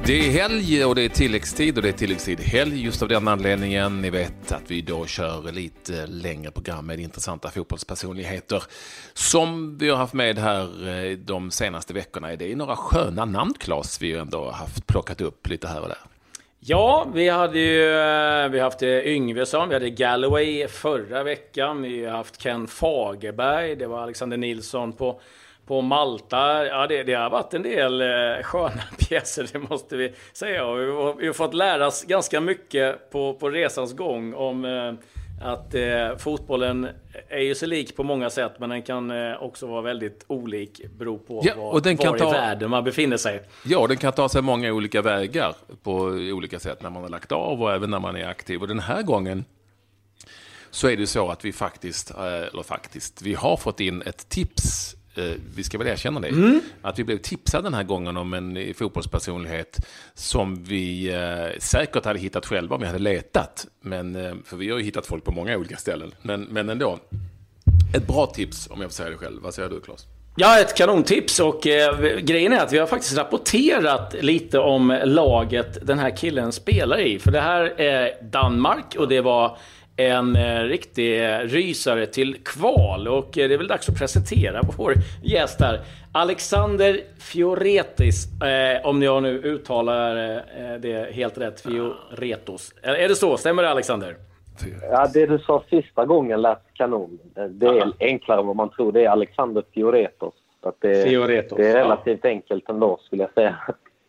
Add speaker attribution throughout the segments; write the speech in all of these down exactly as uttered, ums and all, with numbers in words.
Speaker 1: Det är helg och det är tilläggstid och det är tilläggstid helg just av den anledningen. Ni vet att vi då kör lite längre program med intressanta fotbollspersonligheter som vi har haft med här de senaste veckorna. Det är några sköna namn, Claes, vi har ändå haft plockat upp lite här och där.
Speaker 2: Ja, vi hade ju vi haft Yngvesson, vi hade Galloway förra veckan, vi har haft Ken Fagerberg, det var Alexander Nilsson på På Malta. Ja, det, det har varit en del eh, sköna pjäser, det måste vi säga. Och vi, har, vi har fått lära oss ganska mycket på, på resans gång om eh, att eh, fotbollen är ju så lik på många sätt, men den kan eh, också vara väldigt olik, bero på
Speaker 1: ja,
Speaker 2: var,
Speaker 1: och den kan
Speaker 2: var
Speaker 1: ta,
Speaker 2: i världen man befinner sig.
Speaker 1: Ja, den kan ta sig många olika vägar på olika sätt när man har lagt av och även när man är aktiv. Och den här gången så är det så att vi faktiskt, eller faktiskt, vi har fått in ett tips. Vi ska väl erkänna det. Mm. Att vi blev tipsade den här gången om en fotbollspersonlighet som vi eh, säkert hade hittat själva om vi hade letat. Men, eh, för vi har ju hittat folk på många olika ställen. Men, men ändå, ett bra tips om jag får säga det själv. Vad säger du, Claes?
Speaker 2: Ja, ett kanontips, och eh, grejen är att vi har faktiskt rapporterat lite om laget den här killen spelar i. För det här är Danmark och det var en eh, riktig rysare till kval, och eh, det är väl dags att presentera vår gäst här. Alexander Fioretis, eh, om jag nu uttalar eh, det helt rätt, Fioretos. Är, är det så? Stämmer det, Alexander?
Speaker 3: Ja, det du sa sista gången lät kanon. Det är Aha. enklare än vad man tror. Det är Alexander Fioretos. Så att det,
Speaker 2: Fioretos,
Speaker 3: det är relativt ja. enkelt ändå, skulle jag säga.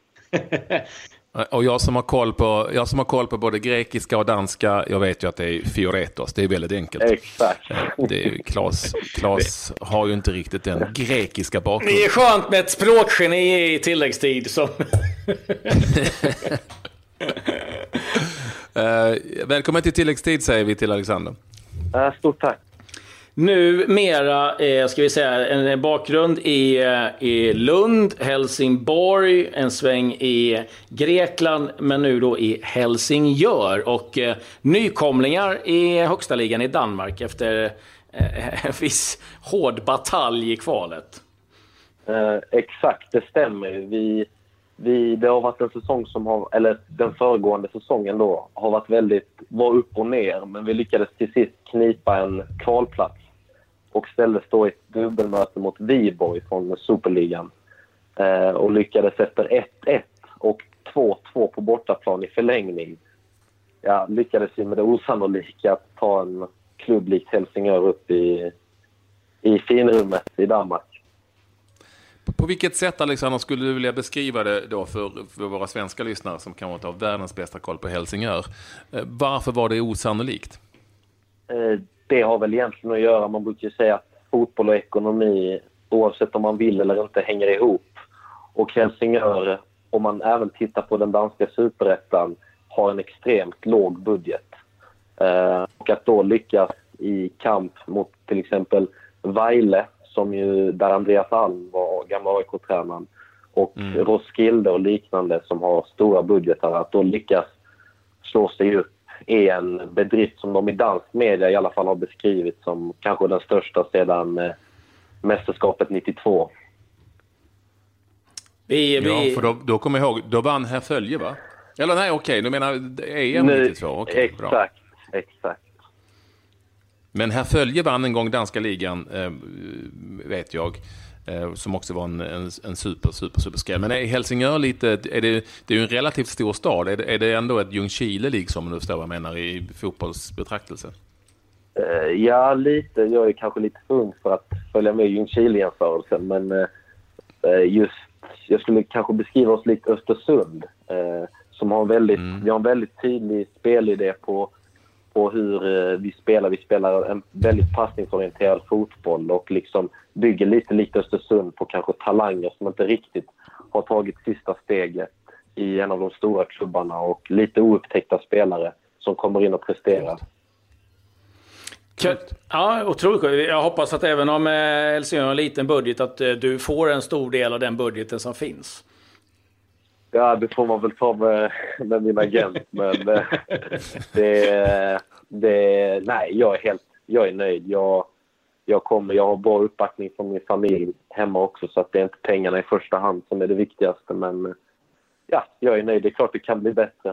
Speaker 1: Och jag som har koll på jag som har koll på både grekiska och danska, jag vet ju att det är Fioretos. Det är väldigt enkelt.
Speaker 3: Exakt.
Speaker 1: Det är Claes, Claes har ju inte riktigt den grekiska bakgrunden.
Speaker 2: Det är skönt med ett språkgeni i tilläggstid som
Speaker 1: uh, välkommen till tilläggstid, säger vi till Alexander.
Speaker 3: Uh, stort tack.
Speaker 2: Nu mera eh, ska vi säga en bakgrund i, i Lund, Helsingborg, en sväng i Grekland, men nu då i Helsingör, och eh, nykomlingar i högsta ligan i Danmark efter eh, en viss hård batalj i kvalet.
Speaker 3: Eh, exakt, det stämmer. Vi, vi, det har varit en säsong som har, eller den föregående säsongen då, har varit väldigt, var upp och ner, men vi lyckades till sist knipa en kvalplats och ställdes då i ett dubbelmöte mot Viborg från Superligan. Eh, och lyckades efter ett ett och två två på bortaplan i förlängning. Ja, lyckades vi med det osannolika att ta en klubb likt Helsingör upp i, i finrummet i Danmark.
Speaker 1: På, på vilket sätt, Alexander, skulle du vilja beskriva det då för, för våra svenska lyssnare som kan ha världens bästa koll på Helsingör? Eh, varför var det osannolikt?
Speaker 3: Eh, Det har väl egentligen att göra, man brukar ju säga att fotboll och ekonomi, oavsett om man vill eller inte, hänger ihop. Och Helsingör, om man även tittar på den danska superettan, har en extremt låg budget. Eh, och att då lyckas i kamp mot till exempel Vejle, som ju, där Andreas Alm var gamla A I K-tränaren, och mm. Roskilde och liknande som har stora budgetar, att då lyckas slå sig upp är en bedrift som de i dansk media i alla fall har beskrivit som kanske den största sedan eh, mästerskapet nittiotvå.
Speaker 2: Vi, vi...
Speaker 1: Ja, för då, då kommer jag ihåg, då vann Herfölje, va? Eller nej, okej, du menar E M nittiotvå. Okej,
Speaker 3: exakt,
Speaker 1: bra.
Speaker 3: exakt.
Speaker 1: Men Herfölje vann en gång danska ligan, eh, vet jag, eh, som också var en, en, en super, super, super skräll. Men är Helsingör lite, är det, det är ju en relativt stor stad. Är det, är det ändå ett Ljungskile liksom, om du förstår vad jag menar, i fotbollsbetraktelse?
Speaker 3: Uh, ja, lite. Jag är kanske lite för ung för att följa med i Ljungskile-jämförelsen. Men uh, just, jag skulle kanske beskriva oss lite Östersund. Uh, som har en väldigt, mm. vi har en väldigt tydlig spelidé på på hur vi spelar. Vi spelar en väldigt passningsorienterad fotboll och liksom bygger lite lite Östersund på kanske talanger som inte riktigt har tagit sista steget i en av de stora klubbarna, och lite oupptäckta spelare som kommer in och presterar.
Speaker 2: Ja, otroligt. Jag hoppas att även om Helsingör har en liten budget, att du får en stor del av den budgeten som finns.
Speaker 3: Ja, det får man väl ta med, med min agent, men det, det, nej, jag är helt, jag är nöjd. Jag, jag kommer, jag har bra uppbackning från min familj hemma också, så att det är inte pengarna i första hand som är det viktigaste, men ja, jag är nöjd. Det är klart det kan bli bättre.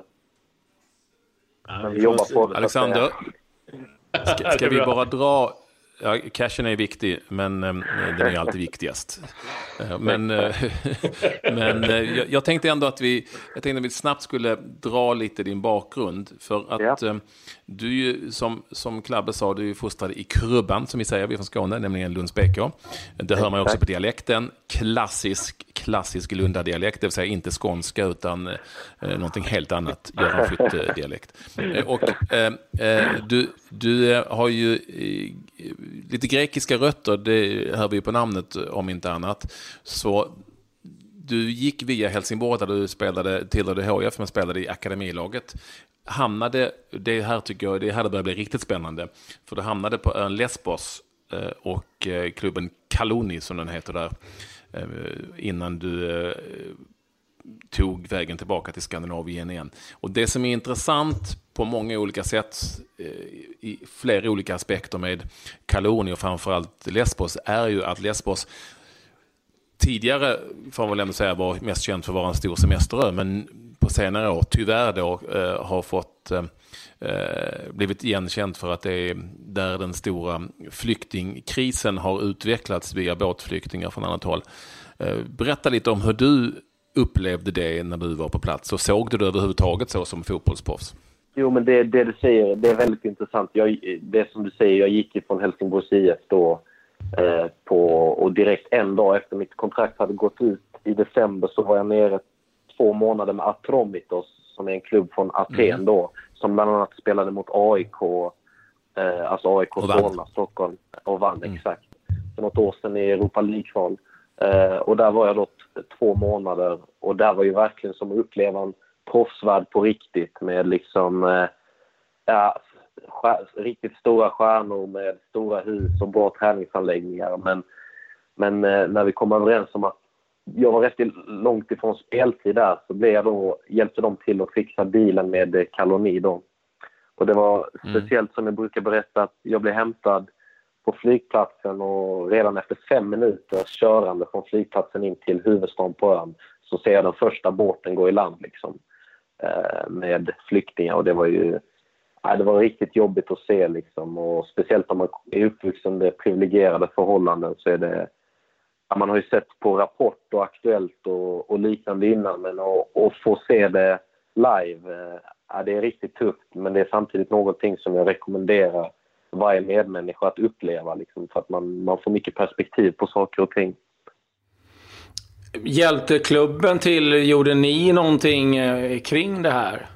Speaker 2: Ja,
Speaker 3: men vi jobbar på det.
Speaker 1: Alexander, ska, ska vi bara dra... Ja, cashen är viktig, men eh, den är alltid viktigast. Eh, men eh, men eh, jag, jag tänkte ändå att vi, jag tänkte att vi snabbt skulle dra lite din bakgrund. För att ja. eh, du ju, som, som Klabbe sa, du är fostrad i Krubban, som vi säger, vi är från Skåne, nämligen Lunds B K. Det hör man också på dialekten. Klassisk, klassisk Lunda-dialekt, det vill säga inte skånska utan eh, någonting helt annat. Göran-Flytt-dialekt. Eh, och eh, eh, du, du har ju eh, lite grekiska rötter, det hör vi på namnet om inte annat. Så du gick via Helsingborg där du spelade till H I F, men spelade i akademilaget. Hamnade, det här tycker jag, det här börjar bli riktigt spännande. För du hamnade på ön Lesbos och klubben Kaloni som den heter där, innan du tog vägen tillbaka till Skandinavien igen. Och det som är intressant på många olika sätt, i flera olika aspekter med Kaloni och framförallt Lesbos, är ju att Lesbos tidigare, får man väl ändå säga, var mest känd för att vara en stor semesterö, men på senare år tyvärr då eh, har fått eh, blivit igenkänd för att det är där den stora flyktingkrisen har utvecklats via båtflyktingar från annat håll. Eh, berätta lite om hur du upplevde det när du var på plats, och såg du det överhuvudtaget så som fotbollsproffs?
Speaker 3: Jo, men det, det du säger, det är väldigt intressant. Jag, det som du säger, jag gick ifrån Helsingborgs I F då eh, på, och direkt en dag efter mitt kontrakt hade gått ut i december så var jag nere två månader med Atromitos, som är en klubb från Aten mm. då, som bland annat spelade mot A I K, eh, alltså A I K Solna, Stockholm, och vann mm. exakt. För något år sedan i Europa League-kval. Eh, och där var jag då t- två månader, och där var ju verkligen som att uppleva en proffsvärld på riktigt med liksom eh, ja, skär, riktigt stora stjärnor med stora hus och bra träningsanläggningar. Men, men eh, när vi kom överens om att jag var rätt långt ifrån speltid där, så blev jag då, hjälpte de till att fixa bilen med Kaloni då. Och det var mm. speciellt, som jag brukar berätta, att jag blev hämtad på flygplatsen, och redan efter fem minuter körande från flygplatsen in till huvudstaden på ön så ser jag den första båten gå i land liksom, eh, med flyktingar, och det var ju ja, det var riktigt jobbigt att se liksom, och speciellt om man är uppvuxen under privilegierade förhållanden så är det ja, man har ju sett på Rapport och Aktuellt och, och liknande innan, men att få se det live, eh, ja, det är riktigt tufft, men det är samtidigt någonting som jag rekommenderar varje medmänniska att uppleva liksom, för att man, man får mycket perspektiv på saker och ting.
Speaker 2: Hjälpte klubben till, gjorde ni någonting eh, kring det här?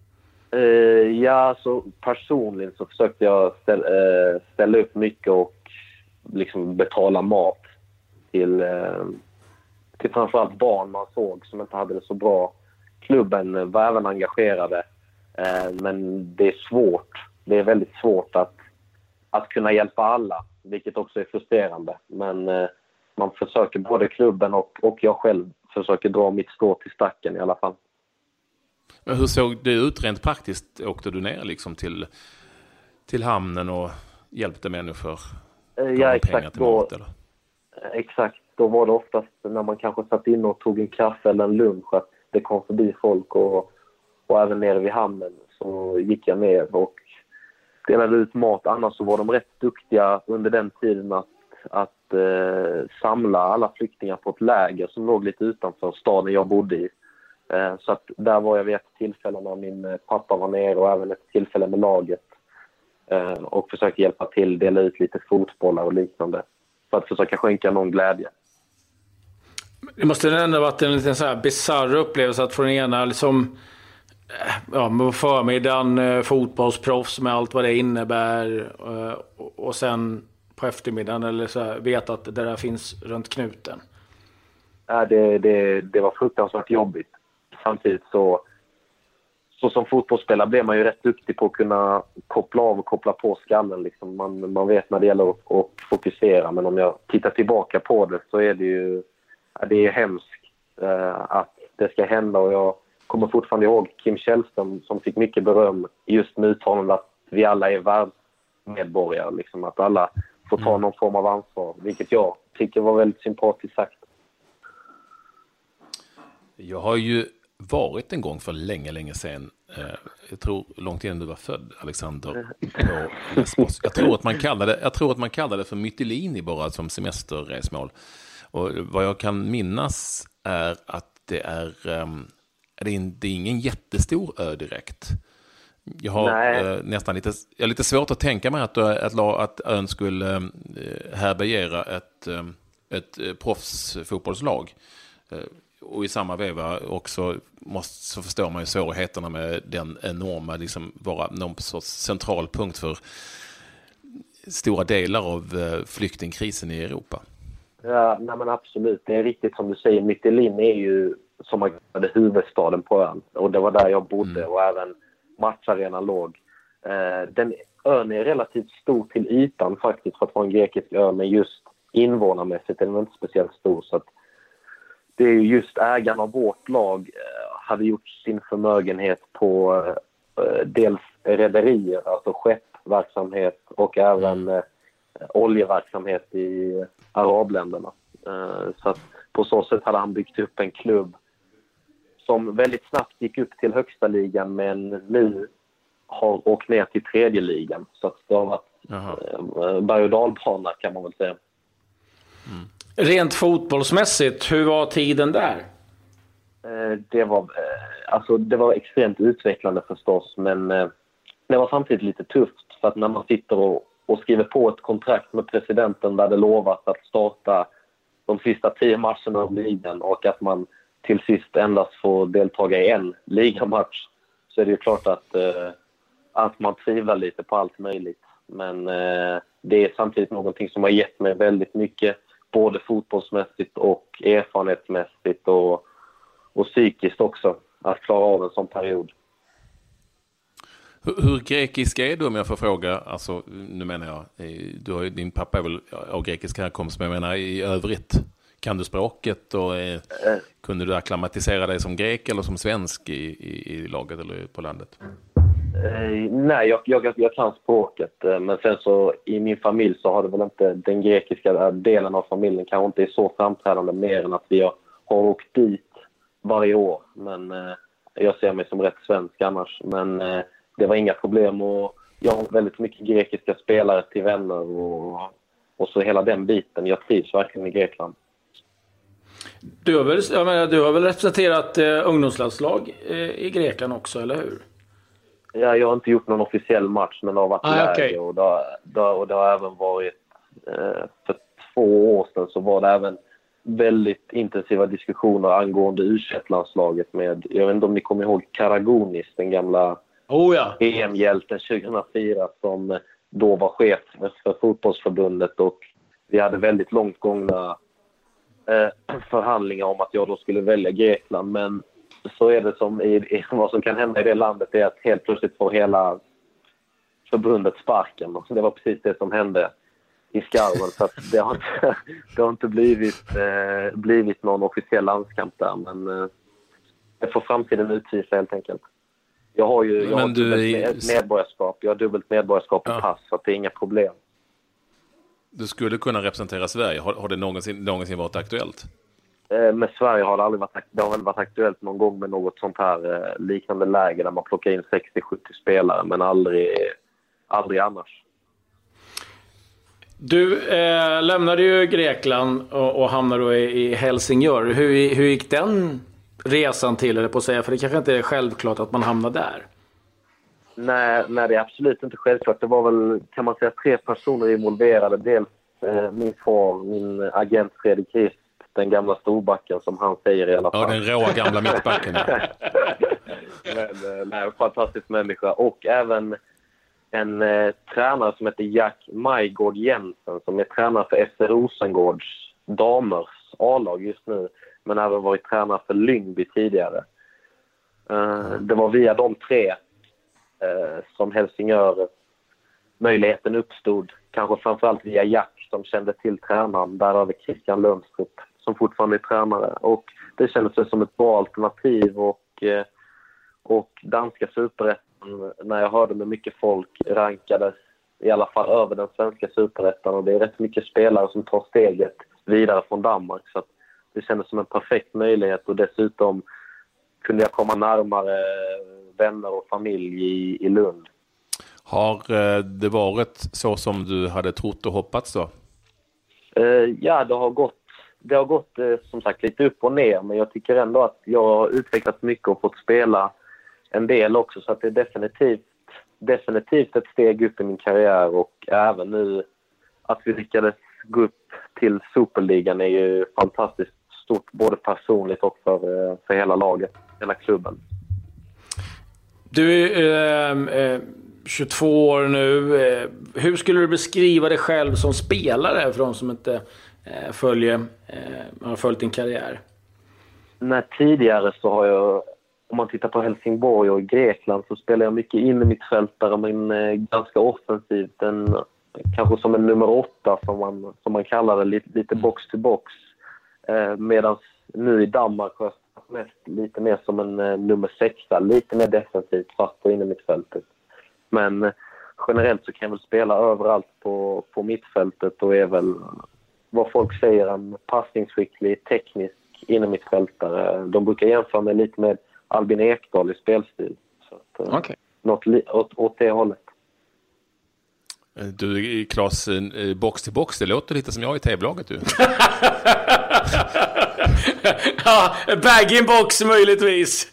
Speaker 3: Uh, ja, så personligen så försökte jag ställa, uh, ställa upp mycket och liksom betala mat till, uh, till framförallt barn man såg som inte hade det så bra. Klubben var även engagerade, uh, men det är svårt. Det är väldigt svårt att, att kunna hjälpa alla, vilket också är frustrerande. Men uh, man försöker, både klubben och, och jag själv försöker dra mitt strå till stacken i alla fall.
Speaker 1: Men hur såg det ut rent praktiskt? Åkte du ner liksom till, till hamnen och hjälpte människor?
Speaker 3: Ja, exakt. Då, mat, eller? Exakt. Då var det oftast när man kanske satt in och tog en kaffe eller en lunch att det kom förbi folk, och, och även nere vid hamnen så gick jag ner och delade ut mat. Annars så var de rätt duktiga under den tiden att, att eh, samla alla flyktingar på ett läger som låg lite utanför staden jag bodde i. Så att där var jag vid ett tillfälle när min pappa var nere, och även ett tillfälle med laget, och försökte hjälpa till, dela ut lite fotbollar och liknande för att försöka skänka någon glädje.
Speaker 2: Det måste ändå ha varit en liten så här bizarr upplevelse att från ena liksom, ja, med förmiddagen fotbollsproffs med allt vad det innebär, och sen på eftermiddagen eller så här, vet att det där finns runt knuten.
Speaker 3: Ja, det, det, det var fruktansvärt jobbigt. Samtidigt så, så som fotbollsspelare blir man ju rätt duktig på att kunna koppla av och koppla på skallen. Liksom. Man, man vet när det gäller att, att fokusera, men om jag tittar tillbaka på det så är det ju ja, det är hemskt eh, att det ska hända. Och jag kommer fortfarande ihåg Kim Källström som fick mycket beröm just med uttalandet att vi alla är världsmedborgare. Liksom, att alla får ta någon form av ansvar, vilket jag tycker var väldigt sympatiskt sagt.
Speaker 1: Jag har ju varit en gång för länge, länge sedan. Jag tror långt innan du var född, Alexander, på Lesbos. Jag tror att man kallade, jag tror att man kallade det för Mytilini bara som semesterresmål. Och vad jag kan minnas är att det är, det är, det är ingen jättestor ö direkt. Jag har eh, nästan lite, jag har lite svårt att tänka mig att, att, att ön skulle eh, härbärgera ett, ett proffsfotbollslag. Eh, och i samma veva också måste, så förstår man ju svårigheterna med den enorma, liksom vara någon sorts central punkt för stora delar av eh, flyktingkrisen i Europa.
Speaker 3: Ja, nej men absolut. Det är riktigt som du säger. Mytilini är ju som man kallade huvudstaden på ön. Och det var där jag bodde mm. och även matcharenan låg. Eh, den ön är relativt stor till ytan faktiskt för att vara en grekisk ö, men just invånarmässigt är den inte speciellt stor. Så att det är ju just ägarna av vårt lag eh, hade gjort sin förmögenhet på eh, dels rederier, alltså skeppverksamhet och även eh, oljeverksamhet i arabländerna. Eh, så att på så sätt hade han byggt upp en klubb som väldigt snabbt gick upp till högsta ligan, men nu har åkt ner till tredje ligan. Så att det har varit berg- och dalbana kan man väl säga.
Speaker 2: Mm. Rent fotbollsmässigt, hur var tiden där?
Speaker 3: Det var, alltså, det var extremt utvecklande förstås, men det var samtidigt lite tufft. För att när man sitter och, och skriver på ett kontrakt med presidenten där det lovat att starta de sista tio matcherna av ligan och att man till sist endast får deltaga i en ligamatch, så är det ju klart att, eh, att man tvivlar lite på allt möjligt. Men eh, det är samtidigt någonting som har gett mig väldigt mycket, både fotbollsmässigt och erfarenhetsmässigt och, och psykiskt också, att klara av en sån period.
Speaker 1: Hur, hur grekisk är du, om jag får fråga? Alltså, nu menar jag, du har ju, din pappa är väl av grekisk härkomst, men jag menar i övrigt. Kan du språket och eh, äh. kunde du akklimatisera dig som grek eller som svensk i, i, i laget eller på landet?
Speaker 3: Eh, nej, jag, jag, jag kan språket. Men sen så i min familj så har det väl inte, den grekiska delen av familjen kanske inte är så framträdande mer än att vi har, har åkt dit varje år. Men eh, jag ser mig som rätt svensk annars. Men eh, det var inga problem, och jag har väldigt mycket grekiska spelare till vänner och, och så hela den biten. Jag trivs verkligen i Grekland.
Speaker 2: Du har väl, jag menar, du har väl representerat eh, ungdomslandslag eh, i Grekland också, eller hur?
Speaker 3: Ja, jag har inte gjort någon officiell match, men det har varit ah, läge okay. och, det har, det har, och det har även varit eh, för två år sedan så var det även väldigt intensiva diskussioner angående U tjugoett-landslaget med, jag vet inte om ni kommer ihåg Karagunis, den gamla
Speaker 2: oh, ja.
Speaker 3: E M-hjälten tjugohundrafyra som då var chef för fotbollsförbundet, och vi hade väldigt långt gångna förhandlingar om att jag då skulle välja Grekland, men så är det som i, i vad som kan hända i det landet är att helt plötsligt får hela förbundet sparken, och det var precis det som hände i skarven, så att det har inte, det har inte blivit, eh, blivit någon officiell landskamp där, men eh, det får framtiden utvisa helt enkelt. Jag har ju jag har dubbelt är... medborgarskap, jag har dubbelt medborgarskap och ja. pass, så att det är inga problem.
Speaker 1: Du skulle kunna representera Sverige. Har, har det någonsin, någonsin varit aktuellt?
Speaker 3: Eh, med Sverige har det aldrig varit, det har väl varit aktuellt någon gång med något sånt här eh, liknande läge där man plockar in sextio till sjuttio spelare, men aldrig, aldrig annars.
Speaker 2: Du eh, lämnade ju Grekland och, och hamnade då i, i Helsingör. Hur, hur gick den resan till, eller på att säga? För det kanske inte är självklart att man hamnar där.
Speaker 3: Nej, nej, det är absolut inte självklart. Det var väl, kan man säga, tre personer involverade. Dels eh, min far, min agent Fredrik Krist, den gamla storbacken som han säger i alla fall.
Speaker 1: Ja, den råa gamla mittbacken. Ja.
Speaker 3: Men, nej, en fantastisk människa. Och även en eh, tränare som heter Jack Majgård Jensen, som är tränare för F C Rosengårds damers A-lag just nu, men även varit tränare för Lyngby tidigare. Eh, det var via de tre som Helsingör möjligheten uppstod, kanske framförallt via Jack som kände till tränaren, där har vi Christian Lundstrup som fortfarande är tränare, och det kändes som ett bra alternativ, och, och danska superettan, när jag hörde med mycket folk, rankades i alla fall över den svenska superettan, och det är rätt mycket spelare som tar steget vidare från Danmark, så att det kändes som en perfekt möjlighet, och dessutom kunde jag komma närmare vänner och familj i, i Lund.
Speaker 1: Har det varit så som du hade trott och hoppats då?
Speaker 3: Ja, det har gått, det har gått som sagt lite upp och ner, men jag tycker ändå att jag har utvecklat mycket och fått spela en del också, så att det är definitivt, definitivt ett steg upp i min karriär, och även nu att vi lyckades gå upp till Superligan är ju fantastiskt stort, både personligt och för, för hela laget, hela klubben.
Speaker 2: Du är eh, tjugotvå år nu. Hur skulle du beskriva dig själv som spelare för de som inte eh, följer, eh, har följt din karriär?
Speaker 3: Nej, tidigare så har jag, om man tittar på Helsingborg och Grekland, så spelar jag mycket in i mittfältare, men eh, ganska offensivt. En, kanske som en nummer åtta som man, som man kallar det, lite, lite box to box. Eh, Medan nu i Danmark har jag mest lite mer som en eh, nummer sexa, lite mer defensivt fast på in i mittfältet. Men eh, generellt så kan jag väl spela överallt på, på mittfältet, och är väl vad folk säger en passningsskicklig, teknisk in i mittfältare. De brukar jämföra mig lite med Albin Ekdal i spelstil. Så att, eh,
Speaker 2: okay.
Speaker 3: Något li- åt, åt det hållet.
Speaker 1: Du, Claes, box till box, det låter lite som jag i T-bolaget du.
Speaker 2: Ja, bag-in-box möjligtvis.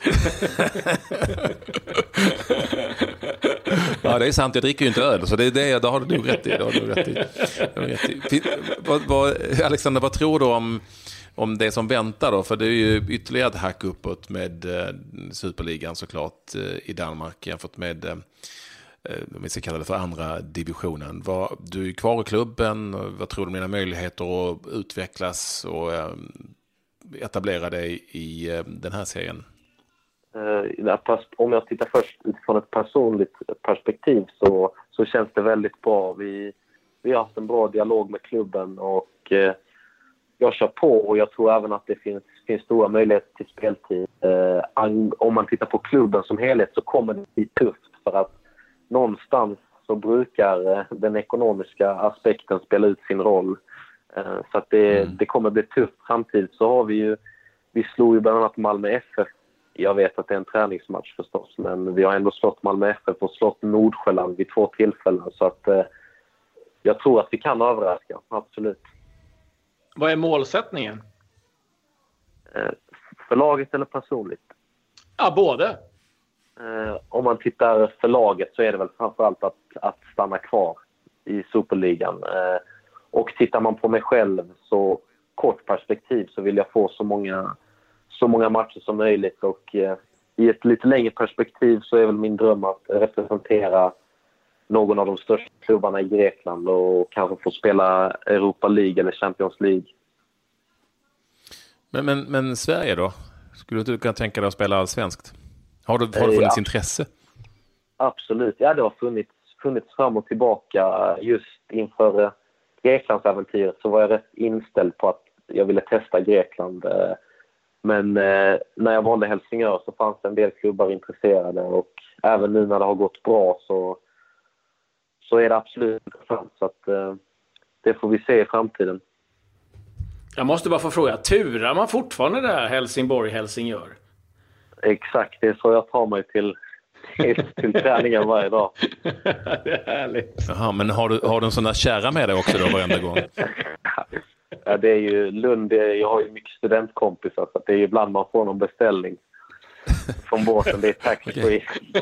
Speaker 1: Ja, det är sant, jag dricker ju inte öl, så det är det, det har du nog rätt i. Det har du rätt i. Det har du rätt i. Vad, vad, Alexander, vad tror du om, om det som väntar då? För det är ju ytterligare ett hack uppåt med eh, Superligan såklart eh, i Danmark jämfört med eh, om vi ska kalla det för andra divisionen. Vad, du är kvar i klubben, vad tror du om dina möjligheter att utvecklas och eh, etablera dig i eh, den här serien?
Speaker 3: Uh, om jag tittar först utifrån ett personligt perspektiv så, så känns det väldigt bra. Vi, vi har haft en bra dialog med klubben, och uh, jag kör på, och jag tror även att det finns, finns stora möjligheter till speltid. Uh, an, om man tittar på klubben som helhet så kommer det bli tufft, för att någonstans så brukar den ekonomiska aspekten spela ut sin roll. Så att det, mm. det kommer bli tufft. Samtidigt så har vi ju, vi slog ju bland annat Malmö F F. Jag vet att det är en träningsmatch förstås, men vi har ändå slått Malmö F F och slått Nordsjälland vid två tillfällen. Så att eh, jag tror att vi kan överraska, absolut.
Speaker 2: Vad är målsättningen?
Speaker 3: Eh, för laget eller personligt?
Speaker 2: Ja, både.
Speaker 3: Eh, om man tittar för laget så är det väl framförallt att, att stanna kvar i Superligan. Eh, och tittar man på mig själv så kort perspektiv så vill jag få så många, så många matcher som möjligt. Och eh, i ett lite längre perspektiv så är väl min dröm att representera någon av de största klubbarna i Grekland och kanske få spela Europa League eller Champions League.
Speaker 1: Men, men, men Sverige då? Skulle du kunna tänka dig att spela svenskt? Har, du, har det funnits ja. intresse?
Speaker 3: Absolut. Ja, det har funnits, funnits fram och tillbaka. Just inför Greklandsäventyret så var jag rätt inställd på att jag ville testa Grekland. Men när jag valde Helsingör så fanns det en del klubbar intresserade. Och även nu när det har gått bra så, så är det absolut intressant. Så att, det får vi se i framtiden.
Speaker 2: Jag måste bara få fråga, turar man fortfarande där Helsingborg-Helsingör?
Speaker 3: Exakt, det är så jag tar mig till, till, till träningen varje dag.
Speaker 2: Det är härligt.
Speaker 1: Jaha, men har du, har du en sån där kära med dig också då varenda gång?
Speaker 3: Ja, det är ju Lund, det är, jag har ju mycket studentkompisar så att det är ibland man får någon beställning från båten, det är tax-free.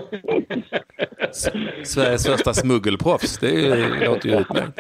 Speaker 1: Sveriges första smuggelproffs, det är, låter ju utmärkt.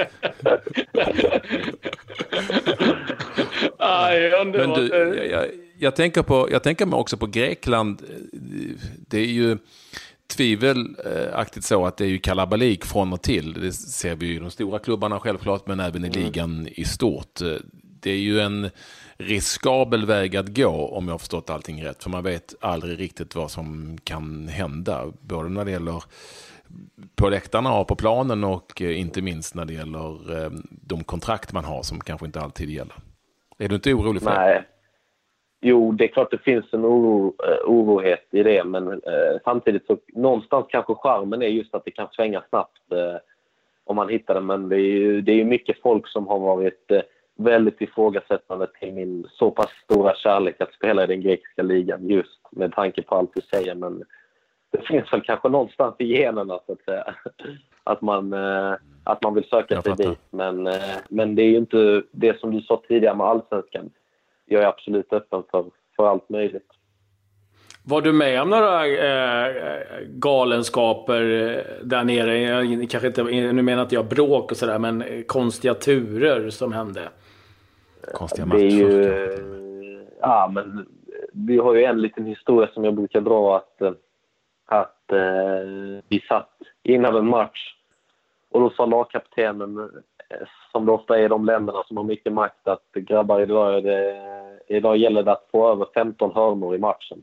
Speaker 1: Men du, jag, jag, jag tänker på, jag tänker mig också på Grekland. Det är ju tvivelaktigt så att det är ju kalabalik från och till. Det ser vi ju i de stora klubbarna självklart, men även i ligan i stort. Det är ju en riskabel väg att gå om jag har förstått allting rätt. För man vet aldrig riktigt vad som kan hända. Både när det gäller på läktarna och på planen och inte minst när det gäller de kontrakt man har som kanske inte alltid gäller. Är du inte orolig för
Speaker 3: Nej.
Speaker 1: det?
Speaker 3: Jo, det är klart det finns en oro, orohet i det, men eh, samtidigt så någonstans kanske charmen är just att det kan svänga snabbt eh, om man hittar det. Men det är ju det är mycket folk som har varit eh, väldigt ifrågasättande till min så pass stora kärlek att spela i den grekiska ligan, just med tanke på allt du säger. Men det finns väl kanske någonstans i generna så att säga, att man, eh, att man vill söka sig dit. Men, eh, men det är ju inte det som du sa tidigare med Allsvenskan. Jag är absolut öppen för, för allt möjligt.
Speaker 2: Var du med om några äh, galenskaper där nere? Jag, kanske inte, nu menar inte jag bråk och sådär, men konstiga turer som hände.
Speaker 1: Konstiga matcher.
Speaker 3: Det är ju, ja, men vi har ju en liten historia som jag brukar dra, att, att eh, vi satt innan en match och då sa lagkaptenen, som det ofta är i de länderna som har mycket makt, att grabbar, idag, det, idag gäller det att få över femton hörnor i matchen.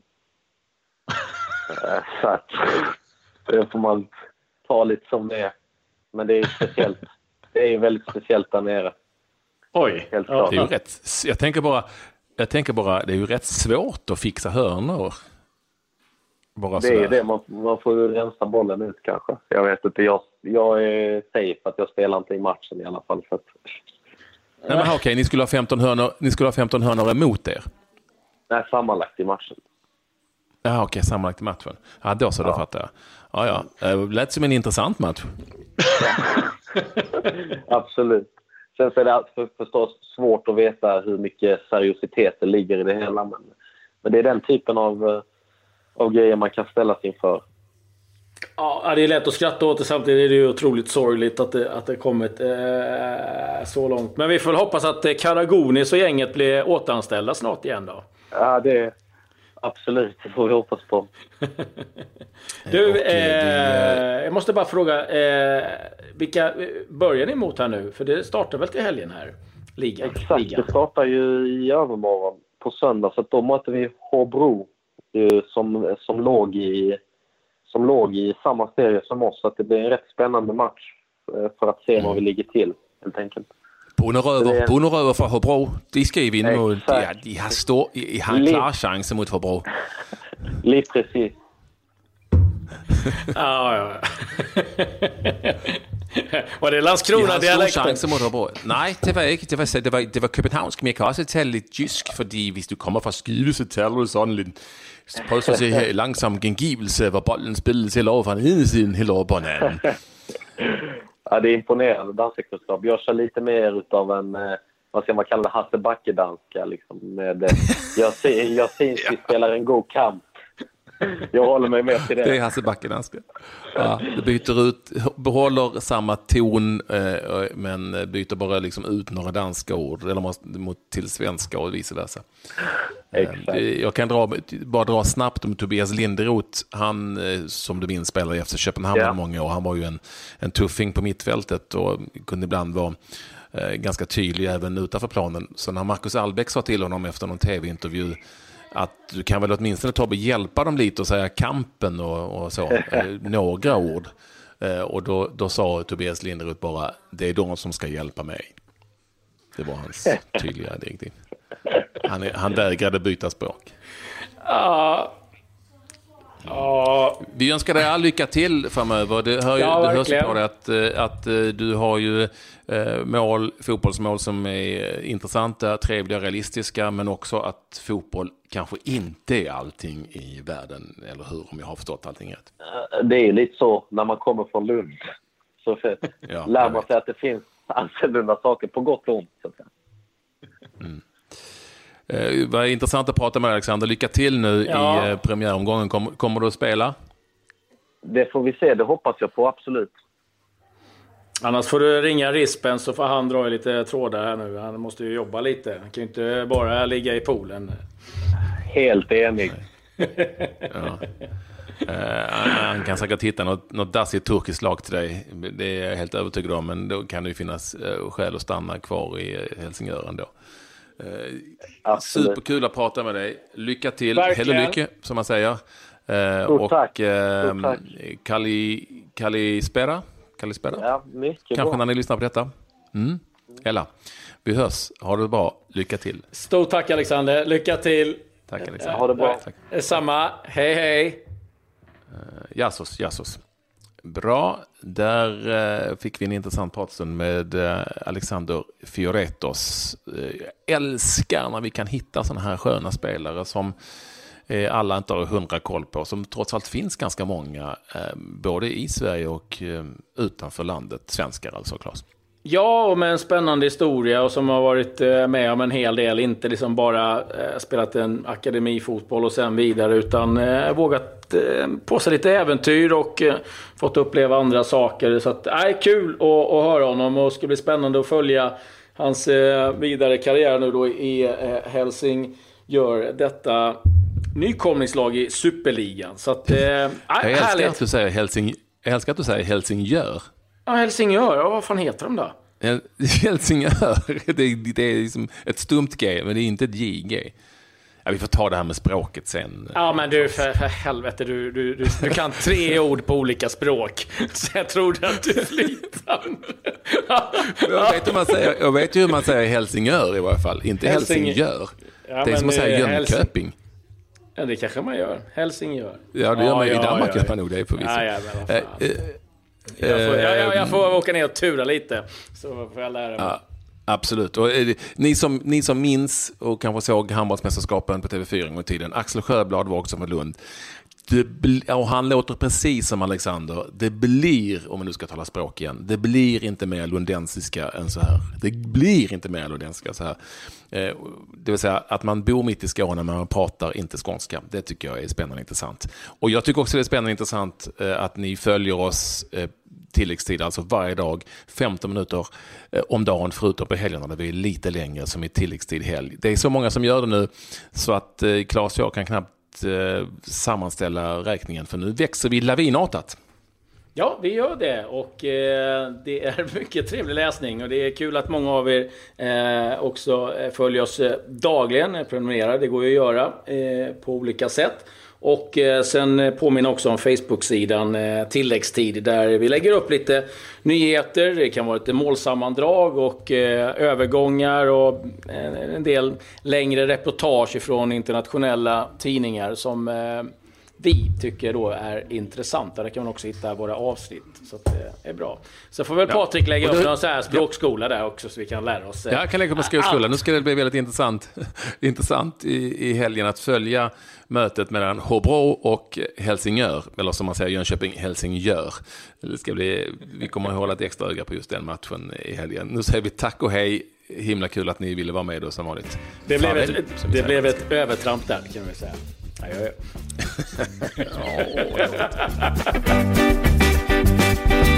Speaker 3: Så att det får man ta lite som det är. Men det är speciellt. Det är väldigt speciellt där nere.
Speaker 2: Oj.
Speaker 1: Helt klart. Det är ju rätt, jag tänker bara jag tänker bara det är ju rätt svårt att fixa hörnor. Bara
Speaker 3: det är ju det, man, man får ju rensa bollen ut kanske. Jag vet inte, jag, jag är safe att jag spelar inte i matchen i alla fall. Så att...
Speaker 1: Nej, men okej, okay, ni skulle ha femton hörnor, ni skulle ha femton hörnor emot er.
Speaker 3: Nej, sammanlagt i matchen.
Speaker 1: Ja, okej, okay, sammanlagt i matchen. Ja, då så, då ja. fattar jag. Ja, ja. Det lät som en intressant match.
Speaker 3: Absolut. Sen så är det för, förstås svårt att veta hur mycket seriositet det ligger i det hela. Men, men det är den typen av, av grejer man kan ställa sig inför.
Speaker 2: Ja, det är lätt att skratta åt det. Samtidigt är det ju otroligt sorgligt att det, att det kommit eh, så långt. Men vi får hoppas att Karagonis och gänget blir återanställda snart igen då.
Speaker 3: Ja, det är... Absolut, det får vi hoppas på.
Speaker 2: Du, eh, det... jag måste bara fråga, eh, vilka börjar ni mot här nu? För det startar väl till helgen här, ligan?
Speaker 3: Exakt,
Speaker 2: ligan.
Speaker 3: Det startar ju i övermorgon på söndag. Så att då möter vi Hobro som, som, låg i, som låg i samma serie som oss. Så att det blir en rätt spännande match för att se mm. var vi ligger till, helt enkelt.
Speaker 1: Bunderøver, Bunderøver for Hobro, de skal vinde mod, de, er, de har, stor, de har en klar chance mot Hobro.
Speaker 3: Lige præcis.
Speaker 2: Ja, ja. Var det Landskrona
Speaker 1: dialekten? De har stor chance mot Hobro. Nej, det var ikke. Det var, det var, det var københavnsk, men jeg kan også tale lidt jysk, fordi hvis du kommer fra Skive, så taler du sådan lidt... Prøv at se her langsom gengivelse, hvor bolden spilles helt over fra den ene siden, helt over på den anden.
Speaker 3: Ja, det är imponerande danskunskap. Jag kör lite mer utav en, vad ska man kalla det, Hasse Backe-danska. Liksom, med, jag ser, jag syns vi spelar en god kamp. Jag håller mig med till det.
Speaker 1: Det är Hasse Backe-danska. Ja, det byter ut, behåller samma ton, eh, men byter bara liksom ut några danska ord eller mot till svenska och vice versa.
Speaker 3: Exakt.
Speaker 1: Jag kan dra, bara dra snabbt om Tobias Linderoth. Han, som du minns, spelade efter Köpenhamn yeah. många år. Han var ju en, en tuffing på mittfältet och kunde ibland vara eh, ganska tydlig även utanför planen. Så när Marcus Albeck sa till honom efter någon tv-intervju att du kan väl åtminstone ta och hjälpa dem lite och säga kampen och, och så, eh, några ord. Eh, och då, då sa Tobias Linderoth bara, det är de som ska hjälpa mig. Det var hans tydliga direktiv. Han, är, han vägrade byta språk.
Speaker 2: Ja. Ja.
Speaker 1: Vi önskar dig all lycka till framöver. Det, hör ju,
Speaker 2: ja,
Speaker 1: det hörs på dig att, att du har ju mål, fotbollsmål som är intressanta, trevliga, realistiska, men också att fotboll kanske inte är allting i världen, eller hur, om jag har förstått allting rätt.
Speaker 3: Det är lite så när man kommer från Lund. Så
Speaker 1: ja,
Speaker 3: lär man sig att det finns annorlunda saker på gott och ont. Så att säga.
Speaker 1: Mm. Eh, vad är intressant att prata med Alexander. Lycka till nu ja. i eh, premiäromgången. Kom, kommer du att spela?
Speaker 3: Det får vi se, det hoppas jag på, absolut.
Speaker 2: Annars får du ringa Rispen så får han dra lite trådar här nu. Han måste ju jobba lite. Han kan ju inte bara ligga i poolen.
Speaker 3: Helt enig.
Speaker 1: ja. eh, han kan säkert hitta något, något dassigt turkiskt lag till dig. Det är jag helt övertygad om. Men då kan det ju finnas eh, skäl att stanna kvar i Helsingör ändå. Eh, superkul att prata med dig. Lycka till. Hela lycka, som man säger. Eh, och
Speaker 3: tack.
Speaker 1: Eh, Kali, Kali Spera. Kali Spera.
Speaker 3: Ja, mycket
Speaker 1: kanske
Speaker 3: bra.
Speaker 1: När ni lyssnar på detta. Mm. Ella, vi hörs. Ha det bra. Lycka till.
Speaker 2: Stort tack Alexander. Lycka till.
Speaker 1: Tack Alexander.
Speaker 3: Ha det bra.
Speaker 2: Tack. Samma. Hej hej.
Speaker 1: Uh, Jassos, Jassos. Bra, där eh, fick vi en intressant pratstund med eh, Alexander Fioretos. Jag älskar när vi kan hitta sådana här sköna spelare som eh, alla inte har hundra koll på, som trots allt finns ganska många, eh, både i Sverige och eh, utanför landet, svenskar alltså, Claes.
Speaker 2: Ja, och med en spännande historia och som har varit med om en hel del. Inte liksom bara eh, spelat en akademifotboll och sen vidare, utan eh, vågat eh, på sig lite äventyr och eh, fått uppleva andra saker. Så att, eh, kul att, att höra honom, och ska bli spännande att följa hans eh, vidare karriär nu då i eh, Helsingör, detta nykomlingslag i Superligan. Så att, eh,
Speaker 1: jag, älskar
Speaker 2: härligt.
Speaker 1: att du säger Helsing, jag älskar att du säger Helsingör.
Speaker 2: Ja, Helsingör, ja, vad fan heter de då?
Speaker 1: Helsingör, det är, det är liksom ett stumt G, men det är inte ett J G. Ja, vi får ta det här med språket sen.
Speaker 2: Ja, men du, för, för helvete, du, du, du, du kan tre ord på olika språk. Så jag trodde att du flytade.
Speaker 1: jag, vet hur man säger, jag vet ju hur man säger Helsingör i varje fall, inte
Speaker 2: Helsing...
Speaker 1: Helsingör.
Speaker 2: Ja,
Speaker 1: det är som att säga Jönköping.
Speaker 2: Helsing... Ja, det kanske man gör. Helsingör.
Speaker 1: Ja, det gör man
Speaker 2: ja,
Speaker 1: i Danmark,
Speaker 2: ja,
Speaker 1: gör man nog det förvisso.
Speaker 2: Ja, ja, men vad fan. Eh, eh, Jag får, jag, jag, jag får åka ner och tura lite, så får jag lära mig.
Speaker 1: Ja, absolut. Och, eh, ni, som, ni som minns och kanske såg handbollsmästerskapen på T V fyra i tiden, Axel Sjöblad var också med Lund. Det, och han låter precis som Alexander. Det blir, om man nu ska tala språk igen, det blir inte mer lundensiska än så här. Det blir inte mer lundensiska så här. Eh, det vill säga att man bor mitt i Skåne men man pratar inte skånska. Det tycker jag är spännande och intressant. Och jag tycker också det är spännande och intressant eh, att ni följer oss eh, tilläggstid, alltså varje dag, femton minuter eh, om dagen, förutom på helgerna där vi är lite längre, som i tilläggstid helg. Det är så många som gör det nu så att eh, Claes och jag kan knappt eh, sammanställa räkningen, för nu växer vi lavinartat.
Speaker 2: Ja, vi gör det, och eh, det är mycket trevlig läsning, och det är kul att många av er eh, också följer oss eh, dagligen, prenumererar, det går ju att göra eh, på olika sätt. Och eh, sen påminner också om Facebook-sidan eh, tilläggstid, där vi lägger upp lite nyheter. Det kan vara lite målsammandrag och eh, övergångar och eh, en del längre reportage från internationella tidningar som eh, vi tycker då är intressanta. Där kan man också hitta våra avsnitt, så att det är bra. Så får väl ja. Patrik lägga upp någon så här språkskola där också, så vi kan lära oss.
Speaker 1: Ja, jag kan lägga upp en språkskola. Nu ska det bli väldigt intressant, intressant i, i helgen att följa mötet mellan Hobro och Helsingör, eller som man säger Jönköping, Helsingör. Det ska bli, vi kommer att hålla ett extra öga på just den matchen i helgen. Nu säger vi tack och hej. Himla kul att ni ville vara med då som vanligt.
Speaker 2: Det blev ett, det blev ett övertramp där, kan vi säga. Ja, ja, ja. ja, ja.